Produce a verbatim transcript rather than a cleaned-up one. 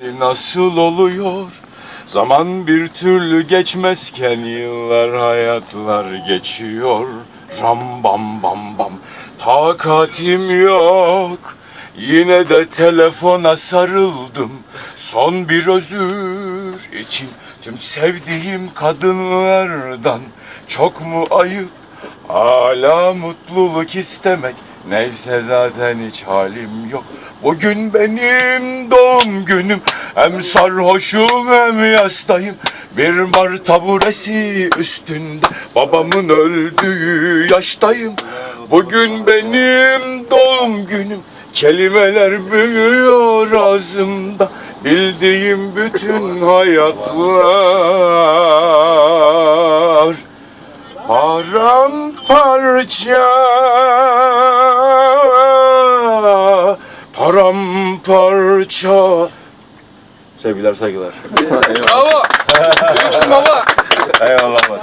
Nasıl oluyor? Zaman bir türlü geçmezken yıllar hayatlar geçiyor. Ram bam bam bam. Takatim yok. Yine de telefona sarıldım. Son bir özür için tüm sevdiğim kadınlardan. Çok mu ayıp hala mutluluk istemek? Neyse zaten hiç halim yok. Bugün benim doğum günüm. Hem sarhoşum hem yastayım. Bir mar taburesi üstünde babamın öldüğü yaştayım. Bugün benim doğum günüm. Kelimeler büyüyor ağzımda. Bildiğim bütün hayatlar paramparça, paramparça. Sevgiler, saygılar. Bravo. Büyüksün baba. Eyvallah.